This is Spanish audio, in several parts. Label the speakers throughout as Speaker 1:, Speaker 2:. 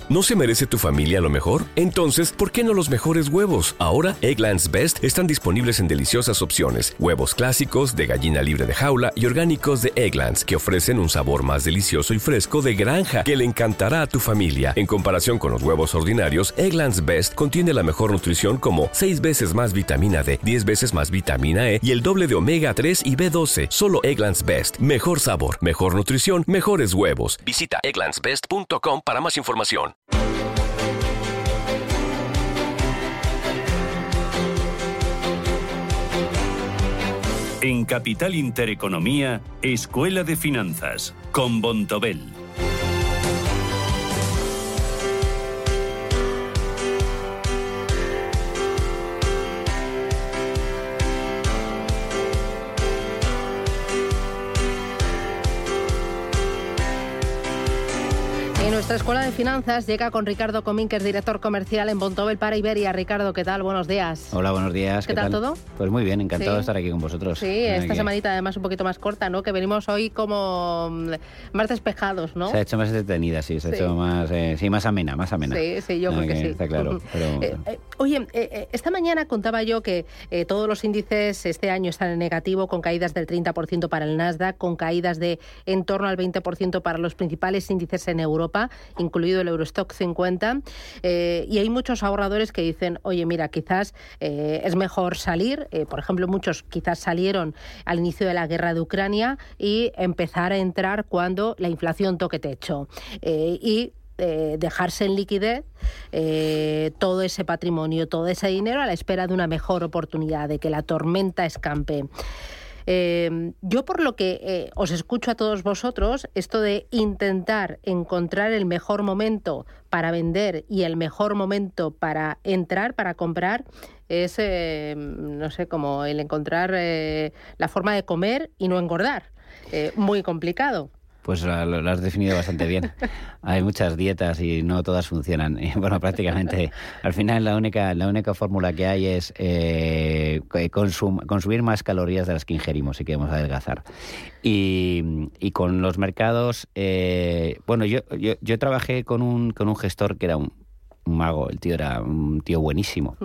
Speaker 1: ¿No se merece tu familia lo mejor? Entonces, ¿por qué no los mejores huevos? Ahora, Eggland's Best están disponibles en deliciosas opciones. Huevos clásicos, de gallina libre de jaula y orgánicos de Eggland's, que ofrecen un sabor más delicioso y fresco de granja que le encantará a tu familia. En comparación con los huevos ordinarios, Eggland's Best contiene la mejor nutrición como 6 veces más vitamina D, 10 veces más vitamina E y el doble de omega 3 y B12. Solo Eggland's Best. Mejor sabor, mejor nutrición, mejores huevos. Visita egglandsbest.com para más información.
Speaker 2: En Capital Intereconomía, Escuela de Finanzas, con Bontobel.
Speaker 3: Nuestra Escuela de Finanzas llega con Ricardo Comín, que es director comercial en Bontobel para Iberia. Ricardo, ¿qué tal? Buenos días.
Speaker 4: Hola, buenos días.
Speaker 3: ¿Qué tal todo?
Speaker 4: Pues muy bien, encantado de estar aquí con vosotros.
Speaker 3: Sí, esta semanita además un poquito más corta, ¿no? Que venimos hoy como más despejados, ¿no?
Speaker 4: Se ha hecho más entretenida, sí, se ha hecho más, más amena, más amena.
Speaker 3: Sí, yo creo que sí.
Speaker 4: Está claro. Pero...
Speaker 3: oye, esta mañana contaba yo que todos los índices este año están en negativo, con caídas del 30% para el Nasdaq, con caídas de en torno al 20% para los principales índices en Europa, incluido el Eurostock 50, y hay muchos ahorradores que dicen, oye, mira, quizás es mejor salir, por ejemplo, muchos quizás salieron al inicio de la guerra de Ucrania y empezar a entrar cuando la inflación toque techo, y dejarse en liquidez todo ese patrimonio, todo ese dinero a la espera de una mejor oportunidad, de que la tormenta escampe. Yo, por lo que os escucho a todos vosotros, esto de intentar encontrar el mejor momento para vender y el mejor momento para entrar, para comprar, es, no sé, como el encontrar la forma de comer y no engordar. Muy complicado.
Speaker 4: Pues lo has definido bastante bien. Hay muchas dietas y no todas funcionan. Bueno, prácticamente al final la única fórmula que hay es consumir más calorías de las que ingerimos si queremos adelgazar. Y con los mercados, bueno, yo trabajé con un gestor que era un mago, el tío era un tío buenísimo.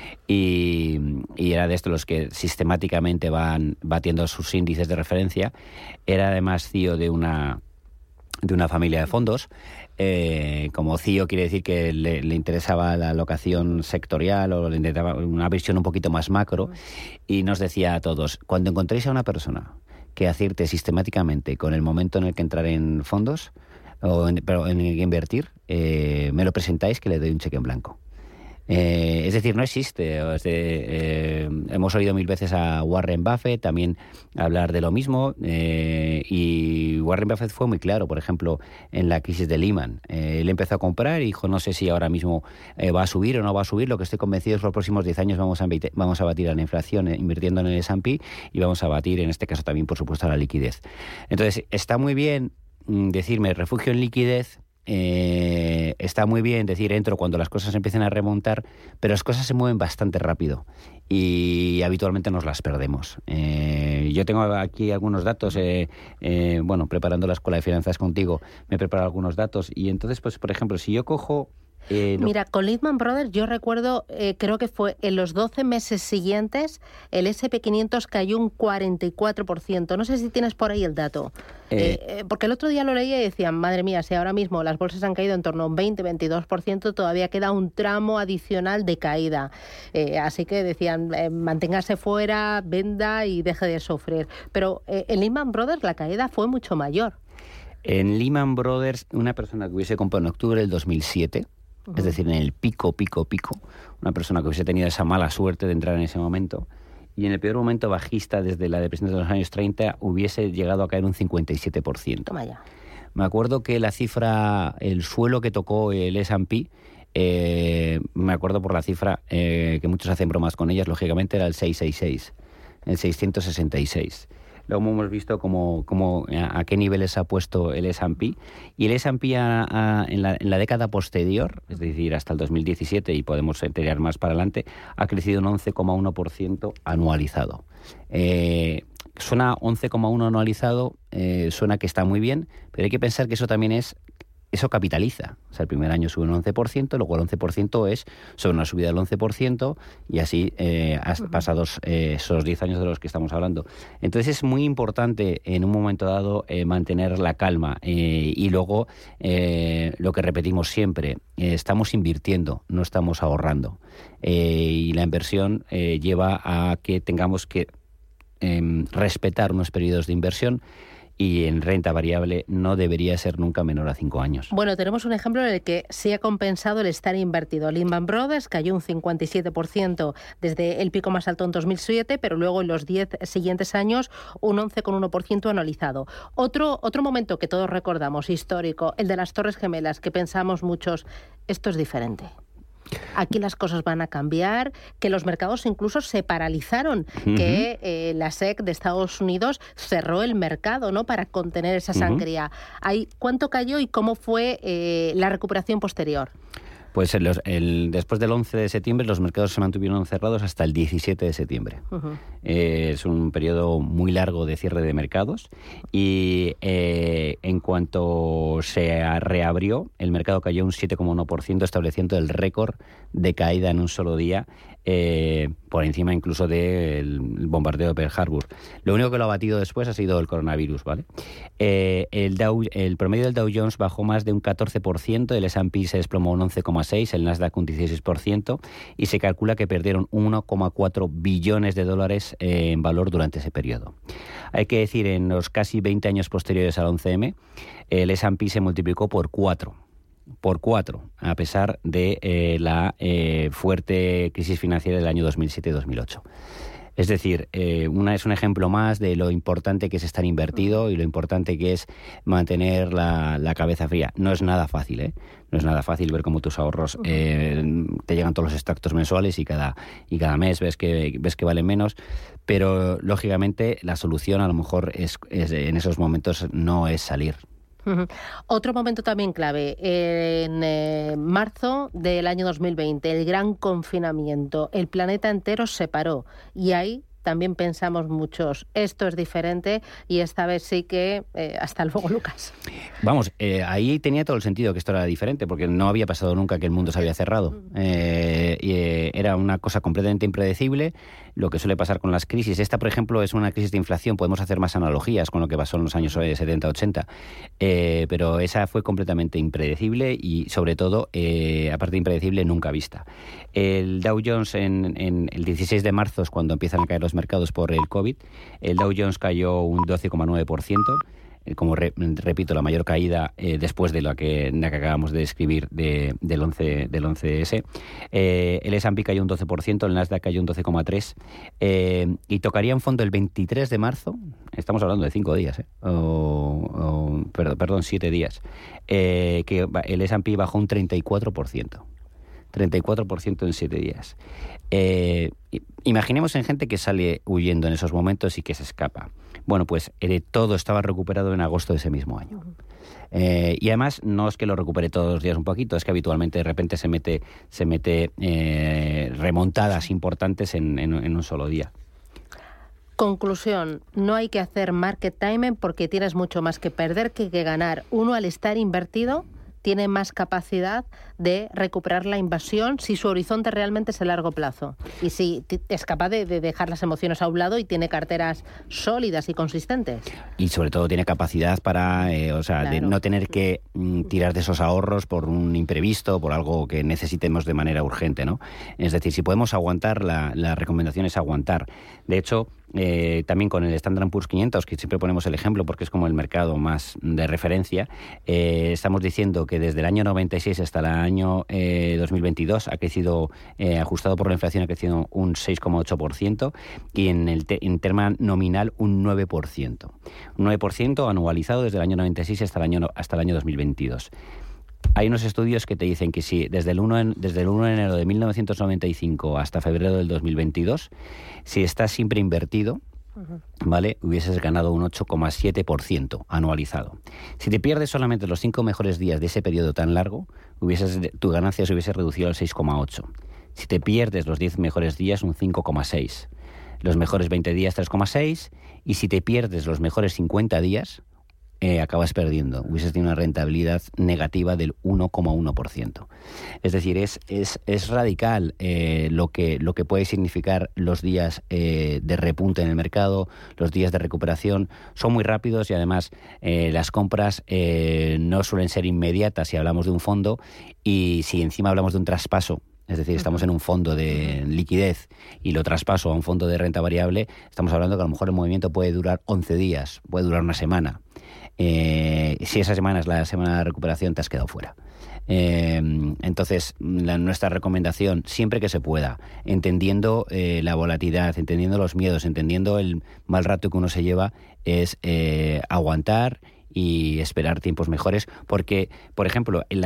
Speaker 4: Y era de estos los que sistemáticamente van batiendo sus índices de referencia. Era además CEO de una familia de fondos. Como CEO quiere decir que le interesaba la alocación sectorial o le interesaba una visión un poquito más macro, y nos decía a todos, cuando encontréis a una persona que acierte sistemáticamente con el momento en el que entrar en fondos, pero en el que invertir, me lo presentáis que le doy un cheque en blanco. Es decir, no existe. Hemos oído 1000 veces a Warren Buffett también hablar de lo mismo, y Warren Buffett fue muy claro, por ejemplo, en la crisis de Lehman. Él empezó a comprar y dijo, no sé si ahora mismo va a subir o no va a subir, lo que estoy convencido es que los próximos 10 años vamos a batir a la inflación invirtiendo en el S&P, y vamos a batir, en este caso también, por supuesto, a la liquidez. Entonces, está muy bien decirme refugio en liquidez, está muy bien decir entro cuando las cosas empiecen a remontar, pero las cosas se mueven bastante rápido y habitualmente nos las perdemos. Yo tengo aquí algunos datos, bueno, preparando la Escuela de Finanzas contigo, me he preparado algunos datos, y entonces, pues, por ejemplo, si yo cojo...
Speaker 3: Mira, con Lehman Brothers yo recuerdo, creo que fue en los 12 meses siguientes, el S&P 500 cayó un 44%. No sé si tienes por ahí el dato. Porque el otro día lo leía y decían, madre mía, si ahora mismo las bolsas han caído en torno a un 20-22%, todavía queda un tramo adicional de caída. Así que decían, manténgase fuera, venda y deje de sufrir. Pero en Lehman Brothers la caída fue mucho mayor.
Speaker 4: En Lehman Brothers, una persona que hubiese comprado en octubre del 2007... Es decir, en el pico, una persona que hubiese tenido esa mala suerte de entrar en ese momento, y en el peor momento bajista desde la depresión de los años 30 hubiese llegado a caer un 57%.
Speaker 3: Toma ya.
Speaker 4: Me acuerdo que la cifra, el suelo que tocó el S&P, me acuerdo por la cifra, que muchos hacen bromas con ellas, lógicamente era el 666, el 666. Luego hemos visto a qué niveles ha puesto el S&P. Y el S&P en la década posterior, es decir, hasta el 2017, y podemos tirar más para adelante, ha crecido un 11,1% anualizado. Suena 11,1 anualizado, suena que está muy bien, pero hay que pensar que eso también es eso capitaliza. O sea, el primer año sube un 11%, luego el 11% es sobre una subida del 11%, y así hasta pasados esos 10 años de los que estamos hablando. Entonces es muy importante en un momento dado mantener la calma, y luego lo que repetimos siempre, estamos invirtiendo, no estamos ahorrando. Y la inversión lleva a que tengamos que respetar unos periodos de inversión, y en renta variable no debería ser nunca menor a 5 años.
Speaker 3: Bueno, tenemos un ejemplo en el que sí ha compensado el estar invertido. Lehman Brothers cayó un 57% desde el pico más alto en 2007, pero luego en los 10 siguientes años un 11,1% anualizado. Otro momento que todos recordamos, histórico, el de las Torres Gemelas, que pensamos muchos, esto es diferente. Aquí las cosas van a cambiar, que los mercados incluso se paralizaron, que la SEC de Estados Unidos cerró el mercado, ¿no?, para contener esa sangría. ¿Cuánto cayó y cómo fue la recuperación posterior?
Speaker 4: Pues después del 11 de septiembre los mercados se mantuvieron cerrados hasta el 17 de septiembre. Es un periodo muy largo de cierre de mercados, y en cuanto se reabrió, el mercado cayó un 7,1%, estableciendo el récord de caída en un solo día, por encima incluso del bombardeo de Pearl Harbor. Lo único que lo ha batido después ha sido el coronavirus, ¿vale? El promedio del Dow Jones bajó más de un 14%, el S&P se desplomó un 11,6%, el Nasdaq un 16%, y se calcula que perdieron 1,4 billones de dólares en valor durante ese periodo. Hay que decir, en los casi 20 años posteriores al 11M, el S&P se multiplicó por 4, a pesar de la fuerte crisis financiera del año 2007-2008. Es decir, es un ejemplo más de lo importante que es estar invertido y lo importante que es mantener la cabeza fría. No es nada fácil, ¿eh? No es nada fácil ver cómo tus ahorros te llegan todos los extractos mensuales y cada mes ves que valen menos, pero lógicamente la solución a lo mejor es en esos momentos no es salir.
Speaker 3: Otro momento también clave, en marzo del año 2020, el gran confinamiento, el planeta entero se paró, y ahí también pensamos muchos, esto es diferente, y esta vez sí que hasta luego, Lucas.
Speaker 4: Vamos, ahí tenía todo el sentido que esto era diferente, porque no había pasado nunca que el mundo se había cerrado. Era una cosa completamente impredecible, lo que suele pasar con las crisis. Esta, por ejemplo, es una crisis de inflación, podemos hacer más analogías con lo que pasó en los años 70-80, pero esa fue completamente impredecible y, sobre todo, aparte de impredecible, nunca vista. El Dow Jones en el 16 de marzo es cuando empiezan a caer los mercados por el COVID. El Dow Jones cayó un 12,9%. Como repito, la mayor caída después de la que acabamos de describir del 11S. El S&P cayó un 12%, el Nasdaq cayó un 12,3%, y tocaría en fondo el 23 de marzo, estamos hablando de 5 días, perdón, 7 días, que el S&P bajó un 34%. 34% en 7 días. Imaginemos en gente que sale huyendo en esos momentos y que se escapa. Bueno, pues todo estaba recuperado en agosto de ese mismo año. Y además no es que lo recupere todos los días un poquito, es que habitualmente de repente se mete remontadas importantes en un solo día.
Speaker 3: Conclusión, no hay que hacer market timing porque tienes mucho más que perder que ganar. Uno, al estar invertido, tiene más capacidad de recuperar la inversión si su horizonte realmente es a largo plazo. Y si es capaz de dejar las emociones a un lado y tiene carteras sólidas y consistentes. Y
Speaker 4: sobre todo tiene capacidad para, claro, de no tener que tirar de esos ahorros por un imprevisto, por algo que necesitemos de manera urgente, ¿no? Es decir, si podemos aguantar, la recomendación es aguantar. De hecho, también con el Standard & Poor's 500, que siempre ponemos el ejemplo porque es como el mercado más de referencia, estamos diciendo que desde el año 96 hasta el año 2022 ha crecido, ajustado por la inflación, ha crecido un 6,8%, y en tema nominal un 9%. Un 9% anualizado desde el año 96 hasta el año 2022. Hay unos estudios que te dicen que si desde el 1 de enero de 1995 hasta febrero del 2022, si estás siempre invertido, ¿vale?, hubieses ganado un 8,7% anualizado. Si te pierdes solamente los 5 mejores días de ese periodo tan largo, tu ganancia se hubiese reducido al 6,8%. Si te pierdes los 10 mejores días, un 5,6%. Los mejores 20 días, 3,6%. Y si te pierdes los mejores 50 días, acabas perdiendo. Hubieses tenido una rentabilidad negativa del 1,1%. Es decir, es radical lo que puede significar los días de repunte en el mercado, los días de recuperación. Son muy rápidos y además las compras no suelen ser inmediatas si hablamos de un fondo, y si encima hablamos de un traspaso, es decir, estamos en un fondo de liquidez y lo traspaso a un fondo de renta variable, estamos hablando que a lo mejor el movimiento puede durar 11 días, puede durar una semana. Si esa semana es la semana de recuperación, te has quedado fuera. Entonces, nuestra recomendación, siempre que se pueda, entendiendo la volatilidad, entendiendo los miedos, entendiendo el mal rato que uno se lleva, es aguantar y esperar tiempos mejores, porque, por ejemplo, en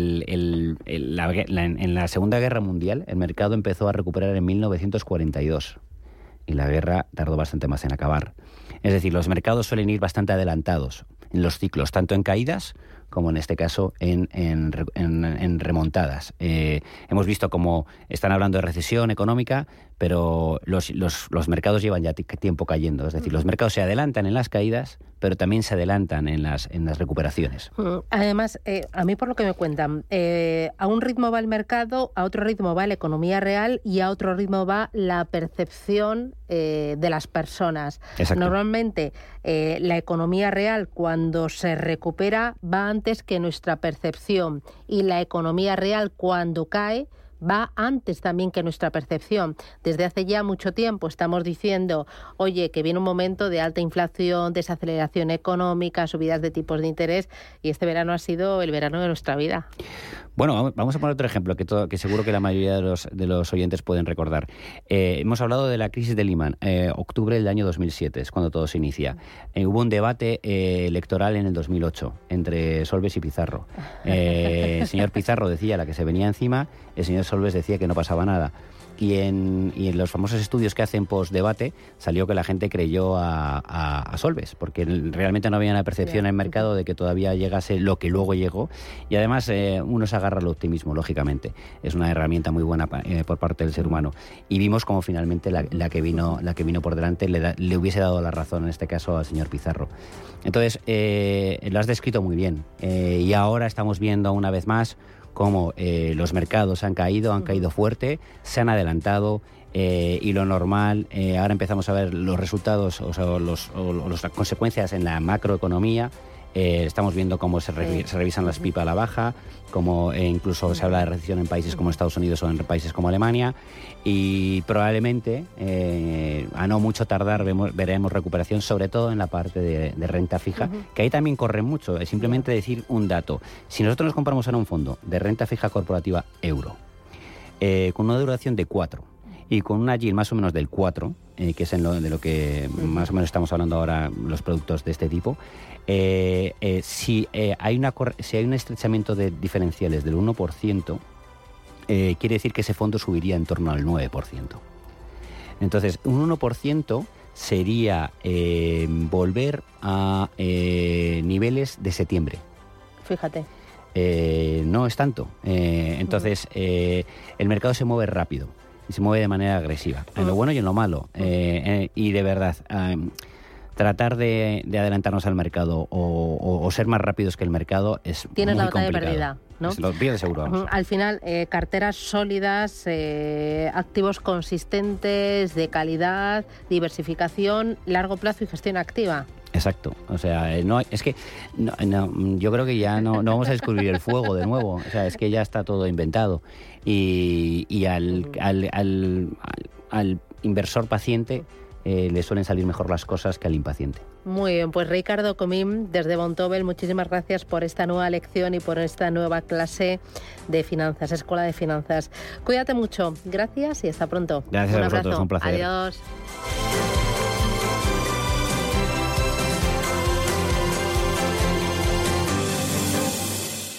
Speaker 4: la Segunda Guerra Mundial el mercado empezó a recuperar en 1942 y la guerra tardó bastante más en acabar. Es decir, los mercados suelen ir bastante adelantados en los ciclos, tanto en caídas como en este caso en remontadas. Hemos visto cómo están hablando de recesión económica, pero los mercados llevan ya tiempo cayendo. Es decir, los mercados se adelantan en las caídas, pero también se adelantan en las recuperaciones.
Speaker 3: Además, a mí por lo que me cuentan, a un ritmo va el mercado, a otro ritmo va la economía real y a otro ritmo va la percepción de las personas.
Speaker 4: Exacto.
Speaker 3: Normalmente la economía real, cuando se recupera, va antes que nuestra percepción, y la economía real, cuando cae, va antes también que nuestra percepción. Desde hace ya mucho tiempo estamos diciendo, oye, que viene un momento de alta inflación, desaceleración económica, subidas de tipos de interés, y este verano ha sido el verano de nuestra vida.
Speaker 4: Bueno, vamos a poner otro ejemplo que seguro que la mayoría de los oyentes pueden recordar. Hemos hablado de la crisis de Lehman, octubre del año 2007, es cuando todo se inicia. Hubo un debate electoral en el 2008 entre Solbes y Pizarro. El señor Pizarro decía la que se venía encima, el señor Solbes decía que no pasaba nada. Y en los famosos estudios que hacen post-debate salió que la gente creyó a Solbes, porque realmente no había una percepción en el mercado de que todavía llegase lo que luego llegó. Y además uno se agarra al optimismo, lógicamente. Es una herramienta muy buena por parte del ser humano. Y vimos como finalmente la que vino por delante le hubiese dado la razón, en este caso, al señor Pizarro. Entonces, lo has descrito muy bien. Y ahora estamos viendo una vez más cómo los mercados han caído fuerte, se han adelantado, y lo normal, ahora empezamos a ver los resultados, o sea, las consecuencias en la macroeconomía. Estamos viendo cómo se revisan las PIB a la baja, cómo incluso se habla de recesión en países como Estados Unidos o en países como Alemania, y probablemente a no mucho tardar veremos recuperación, sobre todo en la parte de renta fija, que ahí también corre mucho. Es simplemente decir un dato. Si nosotros nos compramos ahora un fondo de renta fija corporativa euro, con una duración de 4 y con una yield más o menos del 4, que es de lo que más o menos estamos hablando ahora los productos de este tipo, si hay un estrechamiento de diferenciales del 1%, quiere decir que ese fondo subiría en torno al 9%. Entonces, un 1% sería volver a niveles de septiembre.
Speaker 3: Fíjate.
Speaker 4: No es tanto. Entonces, el mercado se mueve rápido y se mueve de manera agresiva, en lo bueno y en lo malo. Y de verdad, tratar de adelantarnos al mercado o ser más rápidos que el mercado es
Speaker 3: Tienes
Speaker 4: muy
Speaker 3: la batalla
Speaker 4: complicado.
Speaker 3: perdida, ¿no?
Speaker 4: Lo pierdes seguro. Vamos.
Speaker 3: Al final, carteras sólidas, activos consistentes, de calidad, diversificación, largo plazo y gestión activa.
Speaker 4: Exacto, o sea, yo creo que ya no vamos a descubrir el fuego de nuevo, o sea, es que ya está todo inventado, y al inversor paciente le suelen salir mejor las cosas que al impaciente.
Speaker 3: Muy bien, pues Ricardo Comín, desde Vontobel, muchísimas gracias por esta nueva lección y por esta nueva clase de finanzas, Escuela de Finanzas. Cuídate mucho, gracias y hasta pronto.
Speaker 4: Gracias a vosotros, un placer.
Speaker 3: Adiós.